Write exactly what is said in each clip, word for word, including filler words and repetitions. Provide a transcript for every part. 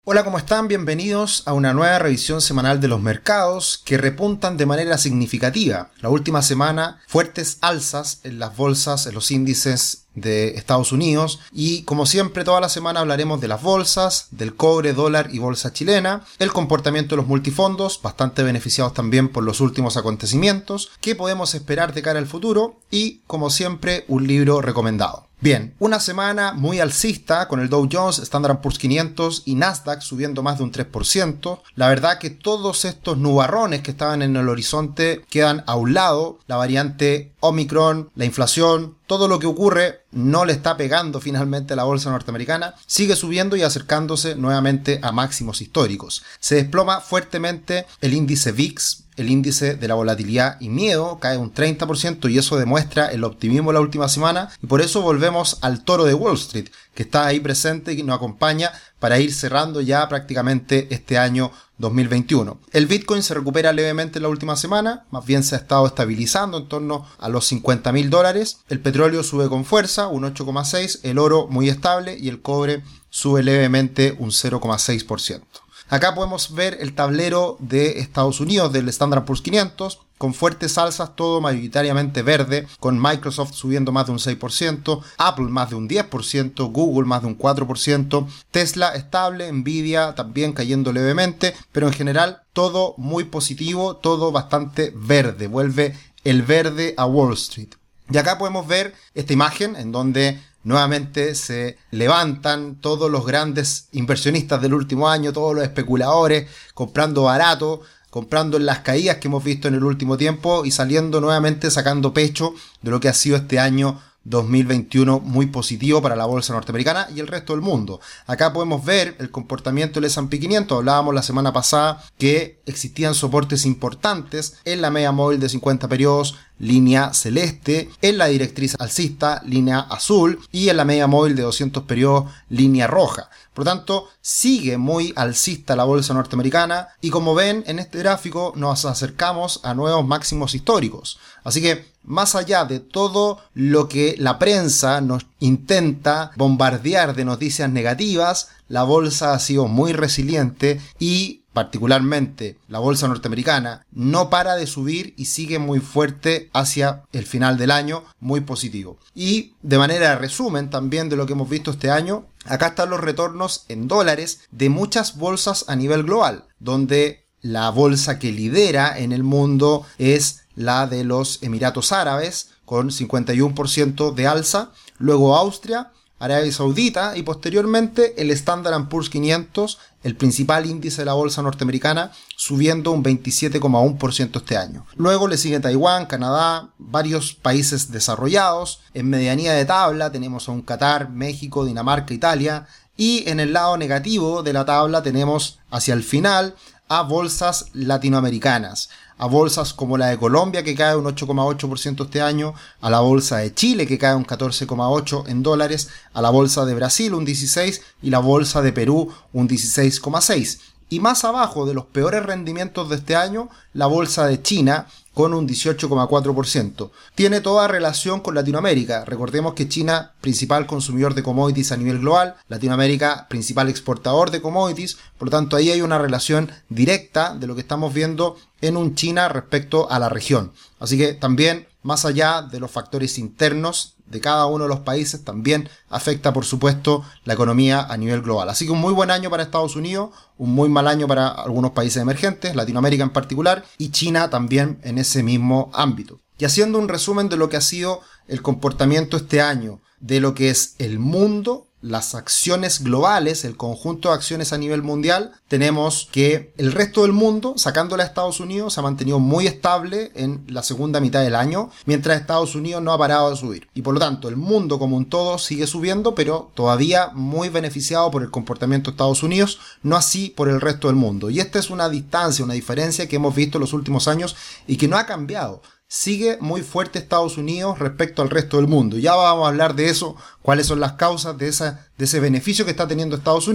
Hola, ¿cómo están? Bienvenidos a una nueva revisión semanal de los mercados que repuntan de manera significativa. La última semana, fuertes alzas en las bolsas, en los índices de Estados Unidos, y como siempre toda la semana hablaremos de las bolsas, del cobre, dólar y bolsa chilena, el comportamiento de los multifondos, bastante beneficiados también por los últimos acontecimientos, qué podemos esperar de cara al futuro y, como siempre, un libro recomendado. Bien, una semana muy alcista con el Dow Jones, Standard and Poor's quinientos y Nasdaq subiendo más de un tres por ciento. La verdad que todos estos nubarrones que estaban en el horizonte quedan a un lado. La variante Omicron, la inflación, todo lo que ocurre no le está pegando finalmente a la bolsa norteamericana. Sigue subiendo y acercándose nuevamente a máximos históricos. Se desploma fuertemente el índice V I X. El índice de la volatilidad y miedo cae un treinta por ciento y eso demuestra el optimismo de la última semana, y por eso volvemos al toro de Wall Street, que está ahí presente y que nos acompaña para ir cerrando ya prácticamente este año dos mil veintiuno. El Bitcoin se recupera levemente en la última semana, más bien se ha estado estabilizando en torno a los cincuenta mil dólares. El petróleo sube con fuerza, un ocho coma seis por ciento, el oro muy estable y el cobre sube levemente un cero coma seis por ciento. Acá podemos ver el tablero de Estados Unidos del Standard and Poor's quinientos, con fuertes alzas, todo mayoritariamente verde, con Microsoft subiendo más de un seis por ciento, Apple más de un diez por ciento, Google más de un cuatro por ciento, Tesla estable, Nvidia también cayendo levemente, pero en general todo muy positivo, todo bastante verde, vuelve el verde a Wall Street. Y acá podemos ver esta imagen en donde nuevamente se levantan todos los grandes inversionistas del último año, todos los especuladores comprando barato, comprando en las caídas que hemos visto en el último tiempo y saliendo nuevamente sacando pecho de lo que ha sido este año dos mil veintiuno muy positivo para la bolsa norteamericana y el resto del mundo. Acá podemos ver el comportamiento del S and P quinientos. Hablábamos la semana pasada que existían soportes importantes en la media móvil de cincuenta periodos, línea celeste, en la directriz alcista, línea azul, y en la media móvil de doscientos periodos, línea roja. Por lo tanto, sigue muy alcista la bolsa norteamericana y, como ven en este gráfico, nos acercamos a nuevos máximos históricos. Así que, más allá de todo lo que la prensa nos intenta bombardear de noticias negativas, la bolsa ha sido muy resiliente y, particularmente la bolsa norteamericana, no para de subir y sigue muy fuerte hacia el final del año, muy positivo. Y de manera de resumen también de lo que hemos visto este año, acá están los retornos en dólares de muchas bolsas a nivel global, donde la bolsa que lidera en el mundo es la de los Emiratos Árabes, con cincuenta y uno por ciento de alza, luego Austria, Arabia Saudita y posteriormente el Standard and Poor's quinientos, el principal índice de la bolsa norteamericana, subiendo un veintisiete coma uno por ciento este año. Luego le sigue Taiwán, Canadá, varios países desarrollados. En medianía de tabla tenemos a un Qatar, México, Dinamarca, Italia, y en el lado negativo de la tabla tenemos hacia el final a bolsas latinoamericanas, a bolsas como la de Colombia, que cae un ocho coma ocho por ciento este año, a la bolsa de Chile, que cae un catorce coma ocho por ciento en dólares, a la bolsa de Brasil un dieciséis por ciento y la bolsa de Perú un dieciséis coma seis por ciento. Y más abajo de los peores rendimientos de este año, la bolsa de China con un dieciocho coma cuatro por ciento. Tiene toda relación con Latinoamérica. Recordemos que China, principal consumidor de commodities a nivel global, Latinoamérica, principal exportador de commodities, por lo tanto ahí hay una relación directa de lo que estamos viendo en un China respecto a la región. Así que también, más allá de los factores internos de cada uno de los países, también afecta, por supuesto, la economía a nivel global. Así que un muy buen año para Estados Unidos, un muy mal año para algunos países emergentes, Latinoamérica en particular, y China también en ese mismo ámbito. Y haciendo un resumen de lo que ha sido el comportamiento este año, de lo que es el mundo, las acciones globales, el conjunto de acciones a nivel mundial, tenemos que el resto del mundo, sacándole a Estados Unidos, se ha mantenido muy estable en la segunda mitad del año, mientras Estados Unidos no ha parado de subir. Y por lo tanto, el mundo como un todo sigue subiendo, pero todavía muy beneficiado por el comportamiento de Estados Unidos, no así por el resto del mundo. Y esta es una distancia, una diferencia que hemos visto en los últimos años y que no ha cambiado. Sigue muy fuerte Estados Unidos respecto al resto del mundo. Ya vamos a hablar de eso, cuáles son las causas de, esa, de ese beneficio que está teniendo Estados Unidos.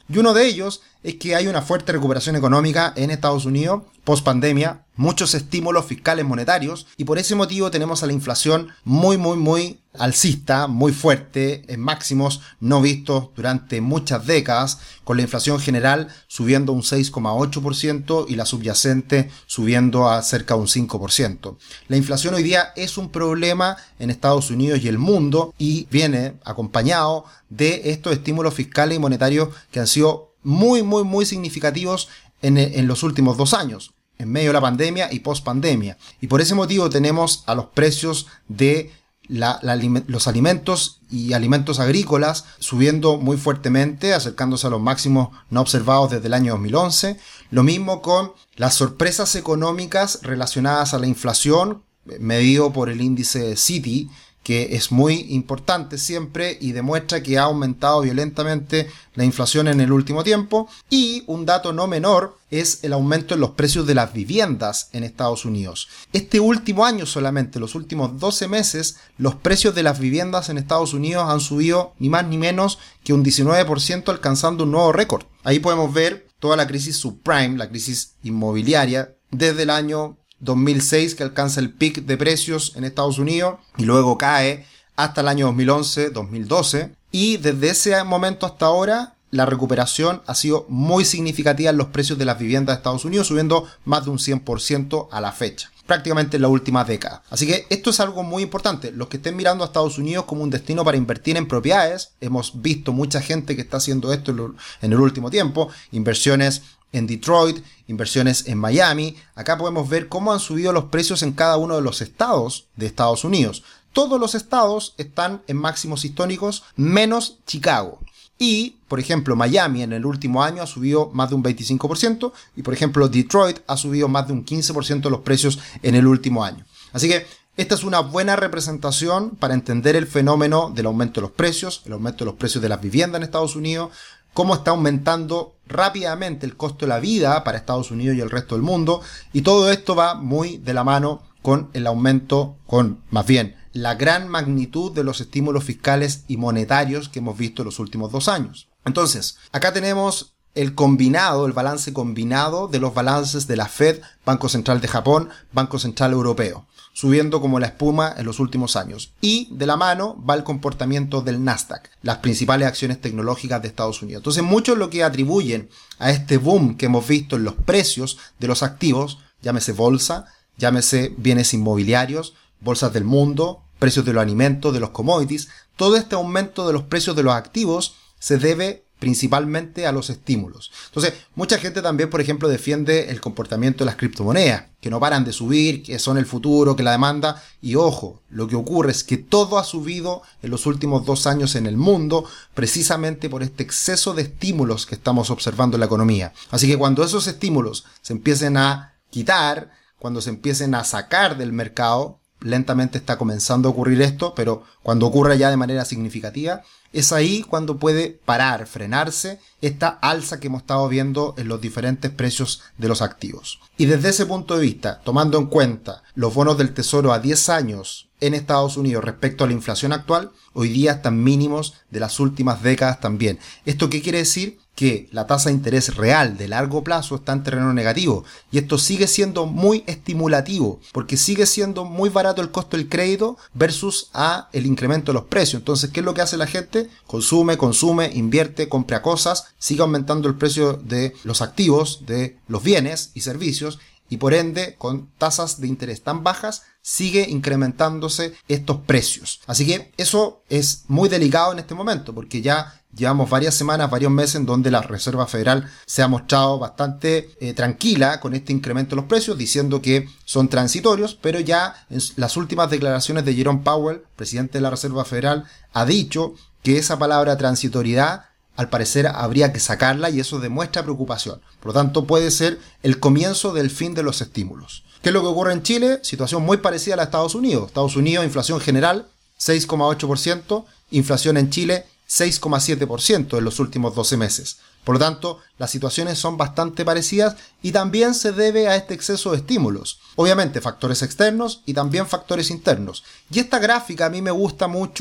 Y uno de ellos es que hay una fuerte recuperación económica en Estados Unidos post pandemia, muchos estímulos fiscales monetarios, y por ese motivo tenemos a la inflación muy muy muy alcista, muy fuerte, en máximos no vistos durante muchas décadas, con la inflación general subiendo un seis coma ocho por ciento y la subyacente subiendo a cerca de un cinco por ciento. La inflación hoy día es un problema en Estados Unidos y el mundo, y viene acompañado de estos estímulos fiscales y monetarios que han sido muy muy muy significativos en, en los últimos dos años, en medio de la pandemia y post pandemia. Y por ese motivo tenemos a los precios de la, la, los alimentos y alimentos agrícolas subiendo muy fuertemente, acercándose a los máximos no observados desde el año dos mil once. Lo mismo con las sorpresas económicas relacionadas a la inflación, medido por el índice Citi, que es muy importante siempre y demuestra que ha aumentado violentamente la inflación en el último tiempo. Y un dato no menor es el aumento en los precios de las viviendas en Estados Unidos. Este último año solamente, los últimos doce meses, los precios de las viviendas en Estados Unidos han subido ni más ni menos que un diecinueve por ciento, alcanzando un nuevo récord. Ahí podemos ver toda la crisis subprime, la crisis inmobiliaria, desde el año dos mil seis, que alcanza el pic de precios en Estados Unidos y luego cae hasta el año dos mil once, dos mil doce, y desde ese momento hasta ahora la recuperación ha sido muy significativa en los precios de las viviendas de Estados Unidos, subiendo más de un cien por ciento a la fecha, prácticamente en la última década. Así que esto es algo muy importante. Los que estén mirando a Estados Unidos como un destino para invertir en propiedades, hemos visto mucha gente que está haciendo esto en el último tiempo, inversiones en Detroit, inversiones en Miami. Acá podemos ver cómo han subido los precios en cada uno de los estados de Estados Unidos. Todos los estados están en máximos históricos, menos Chicago. Y, por ejemplo, Miami en el último año ha subido más de un veinticinco por ciento y, por ejemplo, Detroit ha subido más de un quince por ciento de los precios en el último año. Así que esta es una buena representación para entender el fenómeno del aumento de los precios, el aumento de los precios de las viviendas en Estados Unidos, cómo está aumentando rápidamente el costo de la vida para Estados Unidos y el resto del mundo, y todo esto va muy de la mano con el aumento, con más bien la gran magnitud de los estímulos fiscales y monetarios que hemos visto en los últimos dos años. Entonces, acá tenemos el combinado, el balance combinado de los balances de la Fed, Banco Central de Japón, Banco Central Europeo, subiendo como la espuma en los últimos años. Y de la mano va el comportamiento del Nasdaq, las principales acciones tecnológicas de Estados Unidos. Entonces muchos lo que atribuyen a este boom que hemos visto en los precios de los activos, llámese bolsa, llámese bienes inmobiliarios, bolsas del mundo, precios de los alimentos, de los commodities, todo este aumento de los precios de los activos se debe principalmente a los estímulos. Entonces, mucha gente también, por ejemplo, defiende el comportamiento de las criptomonedas, que no paran de subir, que son el futuro, que la demanda, y ojo, lo que ocurre es que todo ha subido en los últimos dos años en el mundo, precisamente por este exceso de estímulos que estamos observando en la economía. Así que cuando esos estímulos se empiecen a quitar, cuando se empiecen a sacar del mercado, lentamente está comenzando a ocurrir esto, pero cuando ocurra ya de manera significativa, es ahí cuando puede parar, frenarse esta alza que hemos estado viendo en los diferentes precios de los activos. Y desde ese punto de vista, tomando en cuenta los bonos del tesoro a diez años en Estados Unidos respecto a la inflación actual, hoy día están mínimos de las últimas décadas también. ¿Esto qué quiere decir? Que la tasa de interés real de largo plazo está en terreno negativo, y esto sigue siendo muy estimulativo porque sigue siendo muy barato el costo del crédito versus a el incremento de los precios. Entonces, ¿qué es lo que hace la gente? Consume, consume, invierte, compra cosas, sigue aumentando el precio de los activos, de los bienes y servicios, y por ende, con tasas de interés tan bajas, sigue incrementándose estos precios. Así que eso es muy delicado en este momento, porque ya llevamos varias semanas, varios meses en donde la Reserva Federal se ha mostrado bastante eh, tranquila con este incremento de los precios, diciendo que son transitorios, pero ya en las últimas declaraciones de Jerome Powell, presidente de la Reserva Federal, ha dicho que esa palabra transitoriedad al parecer habría que sacarla, y eso demuestra preocupación. Por lo tanto, puede ser el comienzo del fin de los estímulos. ¿Qué es lo que ocurre en Chile? Situación muy parecida a la de Estados Unidos. Estados Unidos, inflación general, seis coma ocho por ciento. Inflación en Chile, seis coma siete por ciento en los últimos doce meses. Por lo tanto, las situaciones son bastante parecidas y también se debe a este exceso de estímulos. Obviamente, factores externos y también factores internos. Y esta gráfica a mí me gusta mucho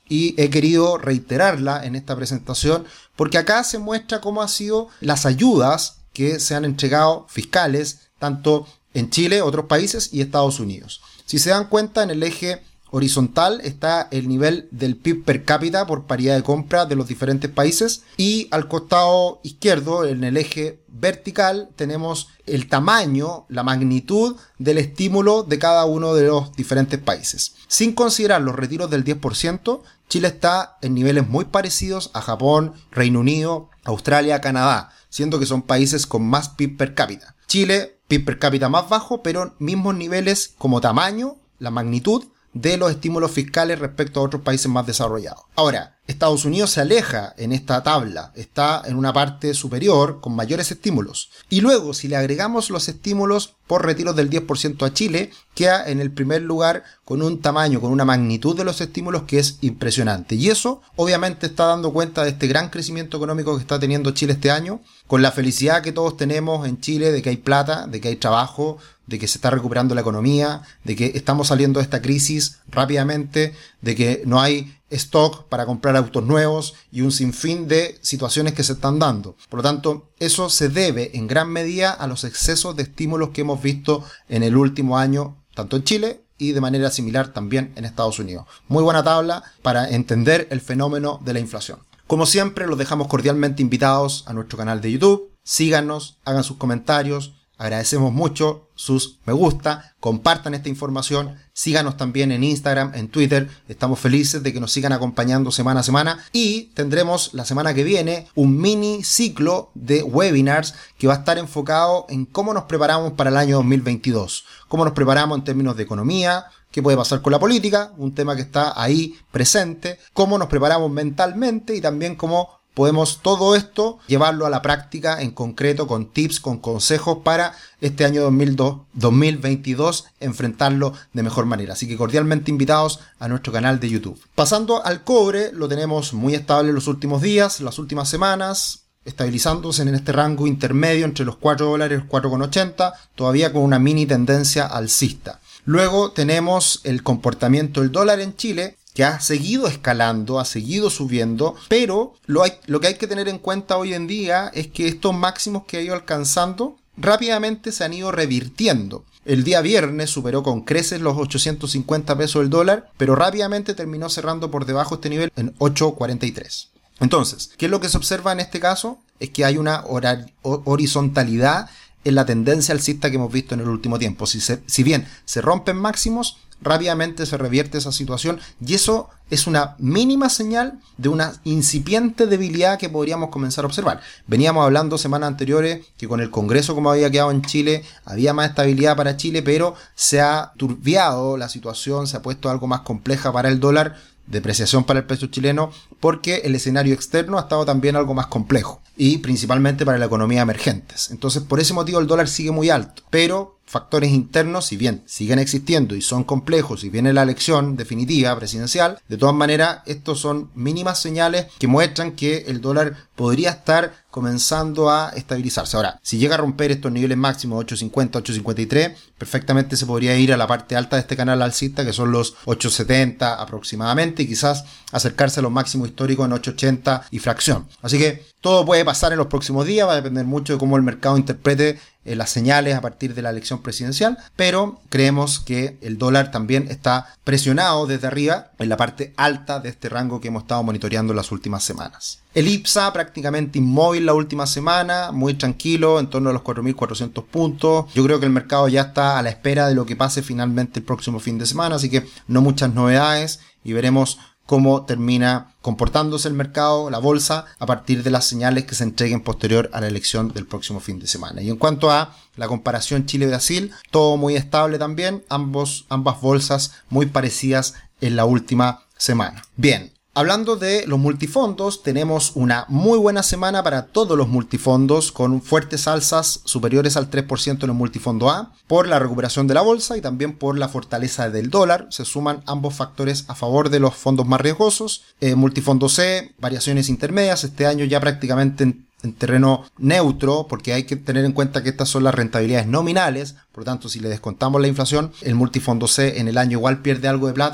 y he querido reiterarla en esta presentación porque acá se muestra cómo han sido las ayudas que se han entregado fiscales tanto en Chile, otros países y Estados Unidos. Si se dan cuenta, en el eje horizontal está el nivel del P I B per cápita por paridad de compra de los diferentes países y al costado izquierdo, en el eje vertical, tenemos el tamaño, la magnitud del estímulo de cada uno de los diferentes países. Sin considerar los retiros del diez por ciento, Chile está en niveles muy parecidos a Japón, Reino Unido, Australia, Canadá, siendo que son países con más P I B per cápita. Chile, P I B per cápita más bajo, pero mismos niveles como tamaño, la magnitud de los estímulos fiscales respecto a otros países más desarrollados. Ahora, Estados Unidos se aleja en esta tabla, está en una parte superior con mayores estímulos. Y luego, si le agregamos los estímulos por retiros del diez por ciento a Chile, queda en el primer lugar con un tamaño, con una magnitud de los estímulos que es impresionante. Y eso obviamente está dando cuenta de este gran crecimiento económico que está teniendo Chile este año, con la felicidad que todos tenemos en Chile de que hay plata, de que hay trabajo, de que se está recuperando la economía, de que estamos saliendo de esta crisis rápidamente, de que no hay stock para comprar autos nuevos y un sinfín de situaciones que se están dando. Por lo tanto, eso se debe en gran medida a los excesos de estímulos que hemos visto en el último año, tanto en Chile y de manera similar también en Estados Unidos. Muy buena tabla para entender el fenómeno de la inflación. Como siempre, los dejamos cordialmente invitados a nuestro canal de YouTube. Síganos, hagan sus comentarios. Agradecemos mucho sus me gusta, compartan esta información, síganos también en Instagram, en Twitter, estamos felices de que nos sigan acompañando semana a semana y tendremos la semana que viene un mini ciclo de webinars que va a estar enfocado en cómo nos preparamos para el año dos mil veintidós, cómo nos preparamos en términos de economía, qué puede pasar con la política, un tema que está ahí presente, cómo nos preparamos mentalmente y también cómo podemos todo esto llevarlo a la práctica en concreto con tips, con consejos para este año dos mil veintidós enfrentarlo de mejor manera. Así que cordialmente invitados a nuestro canal de YouTube. Pasando al cobre, lo tenemos muy estable en los últimos días, las últimas semanas, estabilizándose en este rango intermedio entre los cuatro dólares y los cuatro con ochenta, todavía con una mini tendencia alcista. Luego tenemos el comportamiento del dólar en Chile, que ha seguido escalando, ha seguido subiendo, pero lo, hay, lo que hay que tener en cuenta hoy en día es que estos máximos que ha ido alcanzando rápidamente se han ido revirtiendo. El día viernes superó con creces los ochocientos cincuenta pesos el dólar, pero rápidamente terminó cerrando por debajo de este nivel en ocho cuarenta y tres. Entonces, ¿qué es lo que se observa en este caso? Es que hay una hora- horizontalidad en la tendencia alcista que hemos visto en el último tiempo. Si, se, si bien se rompen máximos, rápidamente se revierte esa situación y eso es una mínima señal de una incipiente debilidad que podríamos comenzar a observar. Veníamos hablando semanas anteriores que con el Congreso como había quedado en Chile había más estabilidad para Chile, pero se ha turbiado la situación, se ha puesto algo más compleja para el dólar, depreciación para el peso chileno, porque el escenario externo ha estado también algo más complejo y principalmente para la economía emergentes. Entonces, por ese motivo el dólar sigue muy alto, pero factores internos, si bien siguen existiendo y son complejos y viene la elección definitiva presidencial, de todas maneras estos son mínimas señales que muestran que el dólar podría estar comenzando a estabilizarse. Ahora, si llega a romper estos niveles máximos ocho cincuenta, ocho cincuenta y tres, perfectamente se podría ir a la parte alta de este canal alcista, que son los ocho setenta aproximadamente, y quizás acercarse a los máximos históricos en ocho ochenta y fracción. Así que todo puede pasar en los próximos días, va a depender mucho de cómo el mercado interprete eh, las señales a partir de la elección presidencial, pero creemos que el dólar también está presionado desde arriba en la parte alta de este rango que hemos estado monitoreando en las últimas semanas. El I P S A prácticamente inmóvil la última semana, muy tranquilo, en torno a los cuatro mil cuatrocientos puntos. Yo creo que el mercado ya está a la espera de lo que pase finalmente el próximo fin de semana, así que no muchas novedades y veremos cómo termina comportándose el mercado, la bolsa, a partir de las señales que se entreguen posterior a la elección del próximo fin de semana. Y en cuanto a la comparación Chile-Brasil, todo muy estable también, ambos, ambas bolsas muy parecidas en la última semana. Bien. Hablando de los multifondos, tenemos una muy buena semana para todos los multifondos con fuertes alzas superiores al tres por ciento en el multifondo A por la recuperación de la bolsa y también por la fortaleza del dólar. Se suman ambos factores a favor de los fondos más riesgosos. Eh, multifondo C, variaciones intermedias, este año ya prácticamente en en terreno neutro, porque hay que tener en cuenta que estas son las rentabilidades nominales, por lo tanto si le descontamos la inflación, el multifondo C en el año igual pierde algo de plata,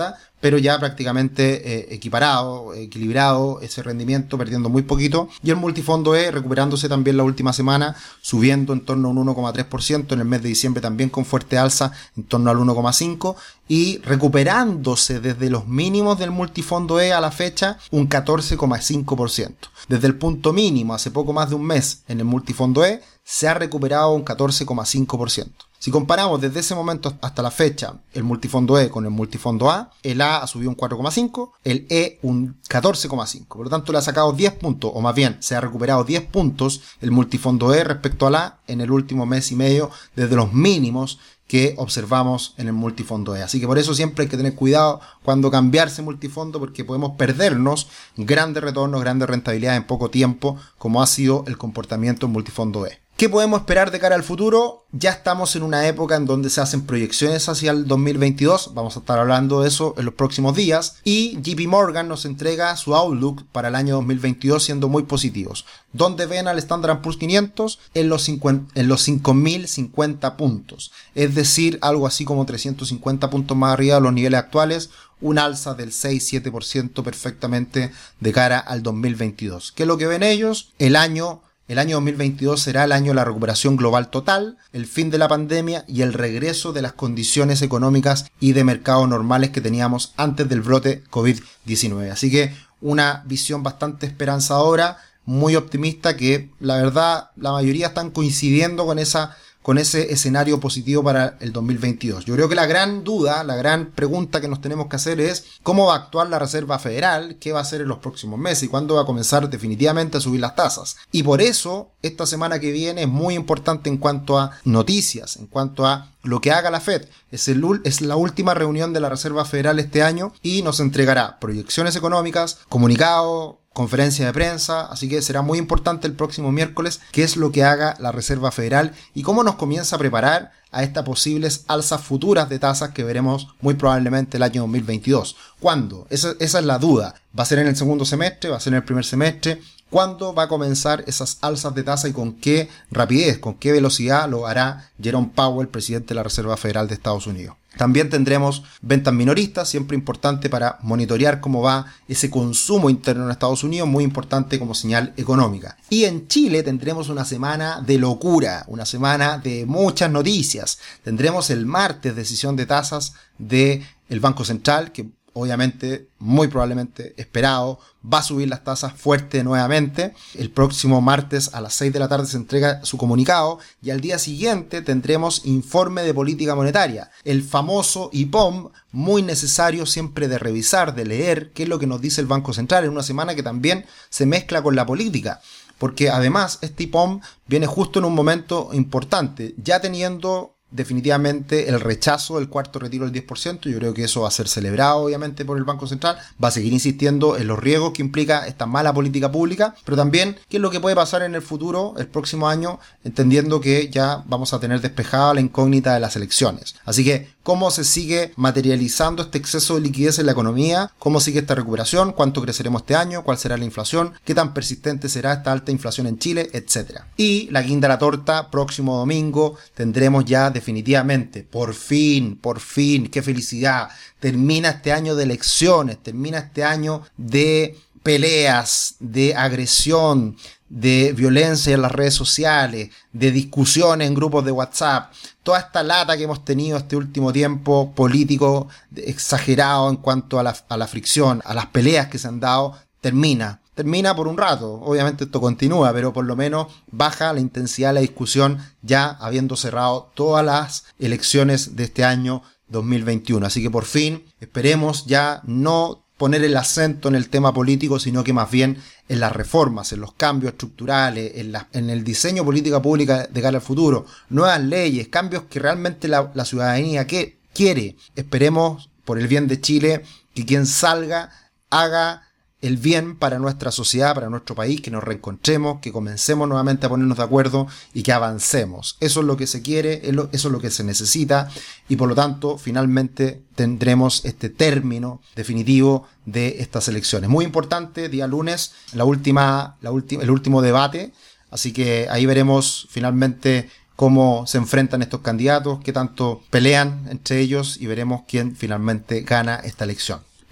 pero ya prácticamente eh, equiparado, equilibrado ese rendimiento, perdiendo muy poquito. Y el multifondo E recuperándose también la última semana, subiendo en torno a un uno coma tres por ciento, en el mes de diciembre también con fuerte alza, en torno al uno coma cinco por ciento, y recuperándose desde los mínimos del multifondo E a la fecha un catorce coma cinco por ciento. Desde el punto mínimo hace poco más de un mes en el multifondo E se ha recuperado un catorce coma cinco por ciento. Si comparamos desde ese momento hasta la fecha el multifondo E con el multifondo A, el A ha subido un cuatro coma cinco, el E un catorce coma cinco. Por lo tanto, le ha sacado diez puntos, o más bien, se ha recuperado diez puntos el multifondo E respecto al A en el último mes y medio, desde los mínimos que observamos en el multifondo E. Así que por eso siempre hay que tener cuidado cuando cambiarse multifondo, porque podemos perdernos grandes retornos, grandes rentabilidades en poco tiempo, como ha sido el comportamiento en multifondo E. ¿Qué podemos esperar de cara al futuro? Ya estamos en una época en donde se hacen proyecciones hacia el dos mil veintidós, vamos a estar hablando de eso en los próximos días, y J P Morgan nos entrega su outlook para el año dos mil veintidós siendo muy positivos, donde ven al Standard and Poor's quinientos en los, cincuenta, en los cinco mil cincuenta puntos, es decir, algo así como trescientos cincuenta puntos más arriba de los niveles actuales, un alza del seis a siete por ciento perfectamente de cara al dos mil veintidós. ¿Qué es lo que ven ellos? El año El año dos mil veintidós será el año de la recuperación global total, el fin de la pandemia y el regreso de las condiciones económicas y de mercado normales que teníamos antes del brote COVID diecinueve. Así que una visión bastante esperanzadora, muy optimista, que la verdad la mayoría están coincidiendo con esa con ese escenario positivo para el dos mil veintidós. Yo creo que la gran duda, la gran pregunta que nos tenemos que hacer es cómo va a actuar la Reserva Federal, qué va a hacer en los próximos meses y cuándo va a comenzar definitivamente a subir las tasas. Y por eso, esta semana que viene es muy importante en cuanto a noticias, en cuanto a lo que haga la Fed. Es, el, es la última reunión de la Reserva Federal este año y nos entregará proyecciones económicas, comunicado, conferencia de prensa, así que será muy importante el próximo miércoles qué es lo que haga la Reserva Federal y cómo nos comienza a preparar a estas posibles alzas futuras de tasas que veremos muy probablemente el año dos mil veintidós. ¿Cuándo? Esa, esa es la duda. ¿Va a ser en el segundo semestre? ¿Va a ser en el primer semestre? ¿Cuándo va a comenzar esas alzas de tasa y con qué rapidez, con qué velocidad lo hará Jerome Powell, presidente de la Reserva Federal de Estados Unidos? También tendremos ventas minoristas, siempre importante para monitorear cómo va ese consumo interno en Estados Unidos, muy importante como señal económica. Y en Chile tendremos una semana de locura, una semana de muchas noticias. Tendremos el martes decisión de tasas del Banco Central, que obviamente, muy probablemente esperado, va a subir las tasas fuerte nuevamente. El próximo martes a las seis de la tarde se entrega su comunicado y al día siguiente tendremos informe de política monetaria, el famoso I P O M, muy necesario siempre de revisar, de leer qué es lo que nos dice el Banco Central en una semana que también se mezcla con la política. Porque además este I P O M viene justo en un momento importante, ya teniendo definitivamente el rechazo del cuarto retiro del diez por ciento. Yo creo que eso va a ser celebrado obviamente por el Banco Central, va a seguir insistiendo en los riesgos que implica esta mala política pública, pero también qué es lo que puede pasar en el futuro, el próximo año, entendiendo que ya vamos a tener despejada la incógnita de las elecciones. Así que cómo se sigue materializando este exceso de liquidez en la economía, cómo sigue esta recuperación, cuánto creceremos este año, cuál será la inflación, qué tan persistente será esta alta inflación en Chile, etcétera. Y la guinda de la torta, próximo domingo tendremos ya definitivamente, por fin, por fin, qué felicidad, termina este año de elecciones, termina este año de peleas, de agresión, de violencia en las redes sociales, de discusiones en grupos de WhatsApp, toda esta lata que hemos tenido este último tiempo político exagerado en cuanto a la, a la fricción, a las peleas que se han dado, termina. Termina por un rato, obviamente esto continúa, pero por lo menos baja la intensidad de la discusión ya habiendo cerrado todas las elecciones de este año dos mil veintiuno. Así que por fin esperemos ya no poner el acento en el tema político, sino que más bien en las reformas, en los cambios estructurales, en, la, en el diseño de política pública de cara al futuro, nuevas leyes, cambios que realmente la, la ciudadanía que quiere. Esperemos, por el bien de Chile, que quien salga haga el bien para nuestra sociedad, para nuestro país, que nos reencontremos, que comencemos nuevamente a ponernos de acuerdo y que avancemos. Eso es lo que se quiere, eso es lo que se necesita y por lo tanto finalmente tendremos este término definitivo de estas elecciones. Muy importante, día lunes, la última, la última, el último debate, así que ahí veremos finalmente cómo se enfrentan estos candidatos, qué tanto pelean entre ellos y veremos quién finalmente gana esta elección.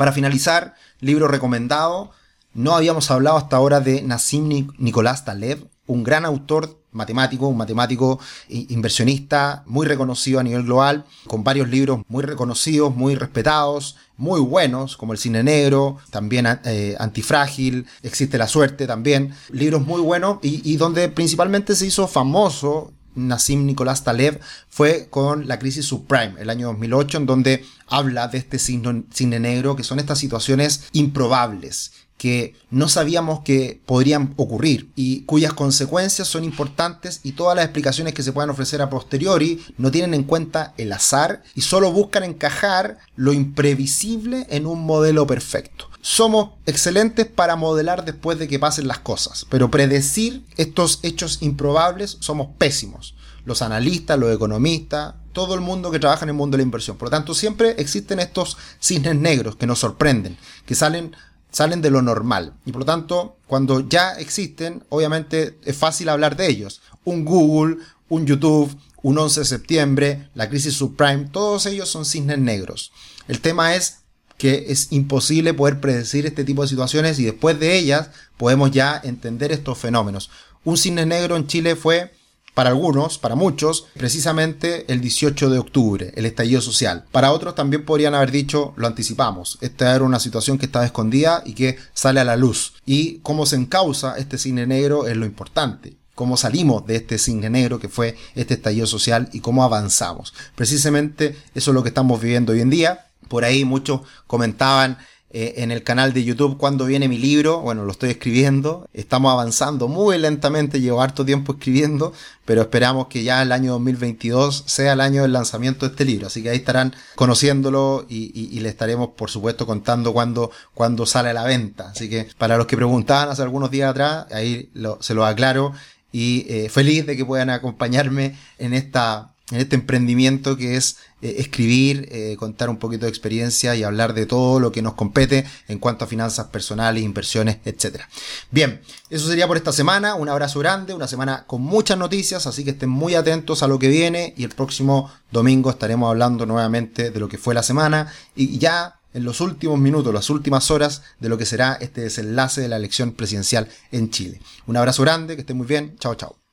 Para finalizar, libro recomendado. No habíamos hablado hasta ahora de Nassim Nicolás Taleb, un gran autor matemático, un matemático inversionista muy reconocido a nivel global, con varios libros muy reconocidos, muy respetados, muy buenos, como El Cisne Negro, también eh, Antifrágil, Existe la Suerte también, libros muy buenos y, y donde principalmente se hizo famoso Nassim Nicolás Taleb fue con la crisis subprime, el año dos mil ocho, en donde habla de este cisne, cisne negro, que son estas situaciones improbables, que no sabíamos que podrían ocurrir y cuyas consecuencias son importantes, y todas las explicaciones que se puedan ofrecer a posteriori no tienen en cuenta el azar y solo buscan encajar lo imprevisible en un modelo perfecto. Somos excelentes para modelar después de que pasen las cosas, pero predecir estos hechos improbables somos pésimos. Los analistas, los economistas, todo el mundo que trabaja en el mundo de la inversión. Por lo tanto, siempre existen estos cisnes negros que nos sorprenden, que salen, salen de lo normal. Y por lo tanto, cuando ya existen, obviamente es fácil hablar de ellos. Un Google, un YouTube, un once de septiembre, la crisis subprime, todos ellos son cisnes negros. El tema es que es imposible poder predecir este tipo de situaciones y después de ellas podemos ya entender estos fenómenos. Un cisne negro en Chile fue, para algunos, para muchos, precisamente el dieciocho de octubre, el estallido social. Para otros también podrían haber dicho, lo anticipamos, esta era una situación que estaba escondida y que sale a la luz. Y cómo se encausa este cisne negro es lo importante. Cómo salimos de este cisne negro que fue este estallido social y cómo avanzamos. Precisamente eso es lo que estamos viviendo hoy en día. Por ahí muchos comentaban eh, en el canal de YouTube cuándo viene mi libro. Bueno, lo estoy escribiendo. Estamos avanzando muy lentamente, llevo harto tiempo escribiendo, pero esperamos que ya el año dos mil veintidós sea el año del lanzamiento de este libro. Así que ahí estarán conociéndolo y, y, y le estaremos, por supuesto, contando cuándo, cuándo sale a la venta. Así que para los que preguntaban hace algunos días atrás, ahí lo, se los aclaro y eh, feliz de que puedan acompañarme en esta... en este emprendimiento que es eh, escribir, eh, contar un poquito de experiencia y hablar de todo lo que nos compete en cuanto a finanzas personales, inversiones, etcétera. Bien, eso sería por esta semana. Un abrazo grande, una semana con muchas noticias, así que estén muy atentos a lo que viene y el próximo domingo estaremos hablando nuevamente de lo que fue la semana y ya en los últimos minutos, las últimas horas de lo que será este desenlace de la elección presidencial en Chile. Un abrazo grande, que estén muy bien. Chao, chao.